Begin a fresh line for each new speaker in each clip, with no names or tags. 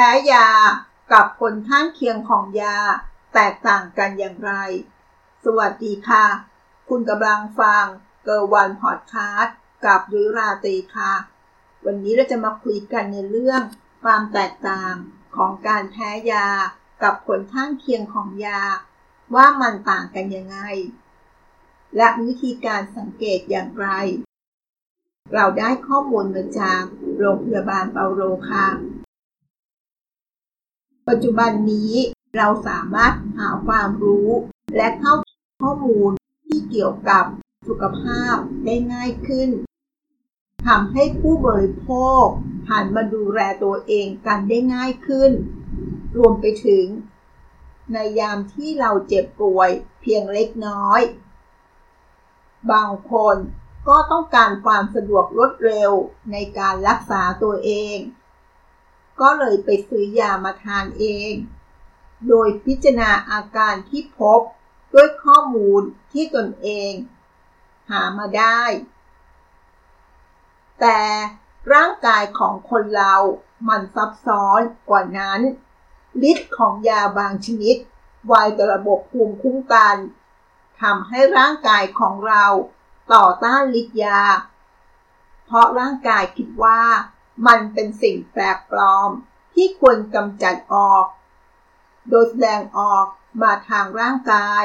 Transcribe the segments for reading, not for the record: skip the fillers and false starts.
พ้ยากับผลข้างเคียงของยาแตกต่างกันอย่างไรสวัสดีค่ะคุณกำลังฟังเกอร์วันพอดคาสต์กับยุ้ยราตรีค่ะวันนี้เราจะมาคุยกันในเรื่องความแตกต่างของการแพ้ยากับผลข้างเคียงของยาว่ามันต่างกันยังไงและวิธีการสังเกตอย่างไรเราได้ข้อมูลมาจากโรงพยาบาลเปาโลค่ะปัจจุบันนี้เราสามารถหาความรู้และเข้าถึงข้อมูลที่เกี่ยวกับสุขภาพได้ง่ายขึ้นทำให้ผู้บริโภคหันมาดูแลตัวเองกันได้ง่ายขึ้นรวมไปถึงในยามที่เราเจ็บป่วยเพียงเล็กน้อยบางคนก็ต้องการความสะดวกรวดเร็วในการรักษาตัวเองก็เลยไปซื้อยามาทานเองโดยพิจารณาอาการที่พบด้วยข้อมูลที่ตนเองหามาได้แต่ร่างกายของคนเรามันซับซ้อนกว่านั้นฤทธิ์ของยาบางชนิดไวต่อระบบภูมิคุ้มกันทำให้ร่างกายของเราต่อต้านฤทธิ์ยาเพราะร่างกายคิดว่ามันเป็นสิ่งแปลกปลอมที่ควรกำจัดออกโดยแสดงออกมาทางร่างกาย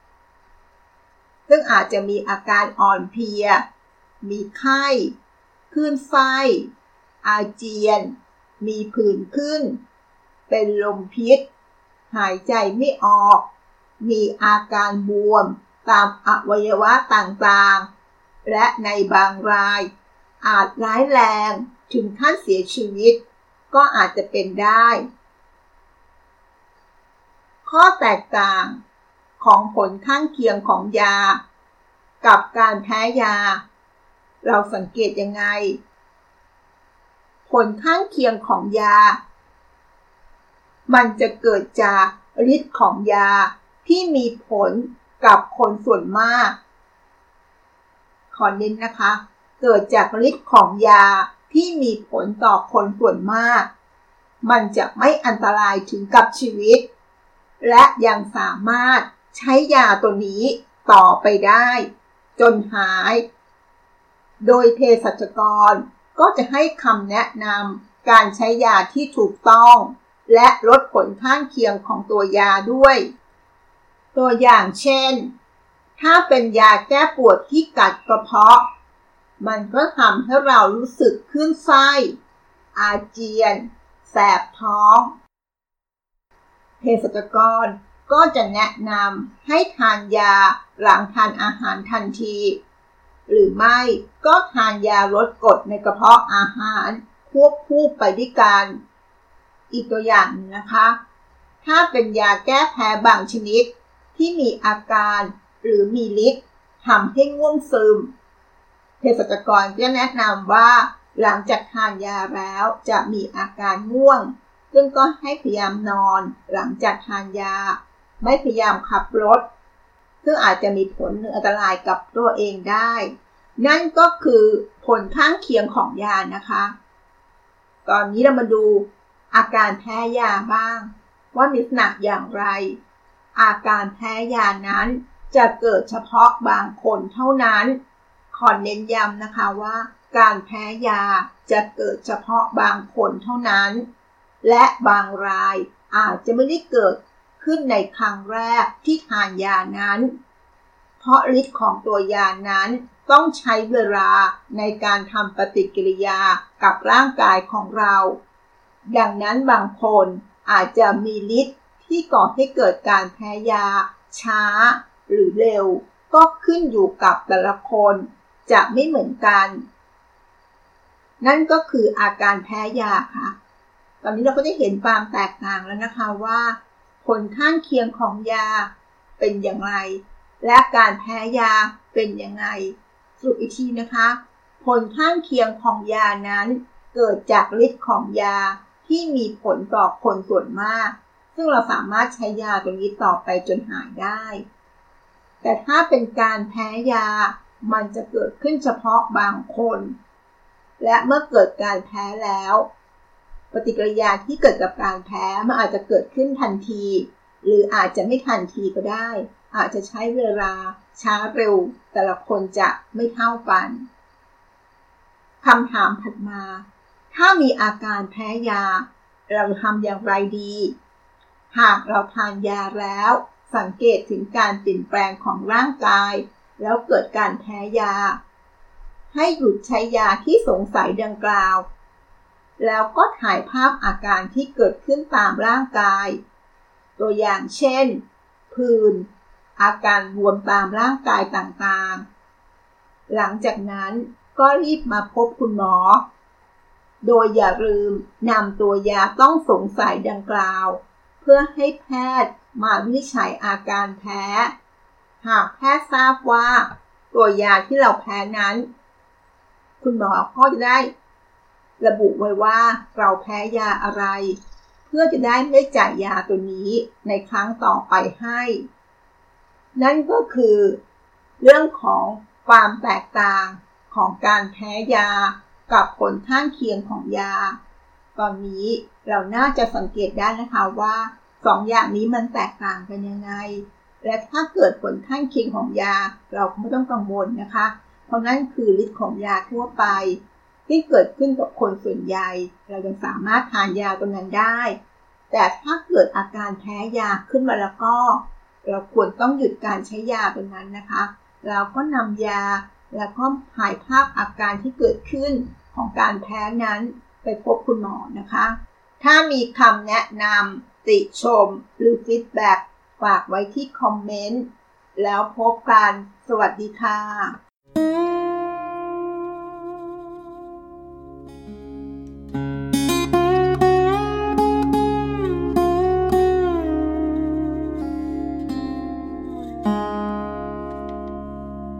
ซึ่งอาจจะมีอาการอ่อนเพลียมีไข้คลื่นไส้อาเจียนมีผื่นขึ้นเป็นลมพิษหายใจไม่ออกมีอาการบวมตามอวัยวะต่างๆและในบางรายอาจร้ายแรงถึงขั้นเสียชีวิตก็อาจจะเป็นได้ข้อแตกต่างของผลข้างเคียงของยากับการแพ้ยาเราสังเกตยังไงผลข้างเคียงของยามันจะเกิดจากฤทธิ์ของยาที่มีผลกับคนส่วนมากขอเน้นนะคะเกิดจากฤทธิ์ของยาที่มีผลต่อคนส่วนมากมันจะไม่อันตรายถึงกับชีวิตและยังสามารถใช้ยาตัวนี้ต่อไปได้จนหายโดยเภสัชกรก็จะให้คำแนะนำการใช้ยาที่ถูกต้องและลดผลข้างเคียงของตัวยาด้วยตัวอย่างเช่นถ้าเป็นยาแก้ปวดที่กัดกระเพาะมันก็ทำให้เรารู้สึกคลื่นไส้อาเจียนแสบท้องเภสัชกรก็จะแนะนำให้ทานยาหลังทานอาหารทันทีหรือไม่ก็ทานยาลดกรดในกระเพาะอาหารควบคู่ไปด้วยกันอีกตัวอย่างนึงนะคะถ้าเป็นยาแก้แพ้บางชนิดที่มีอาการหรือมีฤทธิ์ทำให้ง่วงซึมเภสัชกรจะแนะนำว่าหลังจากทานยาแล้วจะมีอาการง่วงซึ่งก็ให้พยายามนอนหลังจากทานยาไม่พยายามขับรถซึ่งอาจจะมีผลอันตรายกับตัวเองได้นั่นก็คือผลข้างเคียงของยานะคะตอนนี้เรามาดูอาการแพ้ยาบ้างว่ามีลักษณะอย่างไรอาการแพ้ยานั้นจะเกิดเฉพาะบางคนเท่านั้นขอเน้นย้ำนะคะว่าการแพ้ยาจะเกิดเฉพาะบางคนเท่านั้นและบางรายอาจจะไม่ได้เกิดขึ้นในครั้งแรกที่ทานยานั้นเพราะฤทธิ์ของตัวยานั้นต้องใช้เวลาในการทำปฏิกิริยากับร่างกายของเราดังนั้นบางคนอาจจะมีฤทธิ์ที่ก่อให้เกิดการแพ้ยาช้าหรือเร็วก็ขึ้นอยู่กับแต่ละคนจะไม่เหมือนกันนั่นก็คืออาการแพ้ยาค่ะตอนนี้เราก็ได้เห็นความแตกต่างแล้วนะคะว่าผลข้างเคียงของยาเป็นอย่างไรและการแพ้ยาเป็นยังไงสรุปอีกทีนะคะผลข้างเคียงของยานั้นเกิดจากฤทธิ์ของยาที่มีผลต่อคนส่วนมากซึ่งเราสามารถใช้ยาตัวนี้ต่อไปจนหายได้แต่ถ้าเป็นการแพ้ยามันจะเกิดขึ้นเฉพาะบางคนและเมื่อเกิดการแพ้แล้วปฏิกิริยาที่เกิดกับการแพ้มันอาจจะเกิดขึ้นทันทีหรืออาจจะไม่ทันทีก็ได้อาจจะใช้เวลาช้าเร็วแต่ละคนจะไม่เท่ากันคำถามถัดมาถ้ามีอาการแพ้ยาเราทำอย่างไรดีหากเราทานยาแล้วสังเกตถึงการเปลี่ยนแปลงของร่างกายแล้วเกิดการแพ้ยาให้หยุดใช้ยาที่สงสัยดังกล่าวแล้วก็ถ่ายภาพอาการที่เกิดขึ้นตามร่างกายตัวอย่างเช่นผื่นอาการบวมตามร่างกายต่างๆหลังจากนั้นก็รีบมาพบคุณหมอโดยอย่าลืมนำตัวยาต้องสงสัยดังกล่าวเพื่อให้แพทย์มาวินิจฉัยอาการแพ้หากแพทย์ทราบว่าตัวยาที่เราแพ้นั้นคุณหมอก็จะได้ระบุไว้ว่าเราแพ้ยาอะไรเพื่อจะได้ไม่จ่ายยาตัวนี้ในครั้งต่อไปให้นั่นก็คือเรื่องของความแตกต่างของการแพ้ยากับผลข้างเคียงของยาตอนนี้เราน่าจะสังเกตได้นะคะว่า2 อย่างนี้มันแตกต่างกันยังไงและถ้าเกิดผลข้างเคียงของยาเราไม่ต้องกังวลนะคะเพราะนั่นคือฤทธิ์ของยาทั่วไปที่เกิดขึ้นกับคนส่วนใหญ่เรายังสามารถทานยาตัวนั้นได้แต่ถ้าเกิดอาการแพ้ยาขึ้นมาแล้วก็เราควรต้องหยุดการใช้ยาตัวนั้นนะคะเราก็นำยาแล้วก็ถ่ายภาพอาการที่เกิดขึ้นของการแพ้นั้นไปพบคุณหมอนะคะถ้ามีคำแนะนำติชมหรือฟีดแบ็กฝากไว้ที่คอมเมนต์แล้วพบกันสวัสดีค่ะ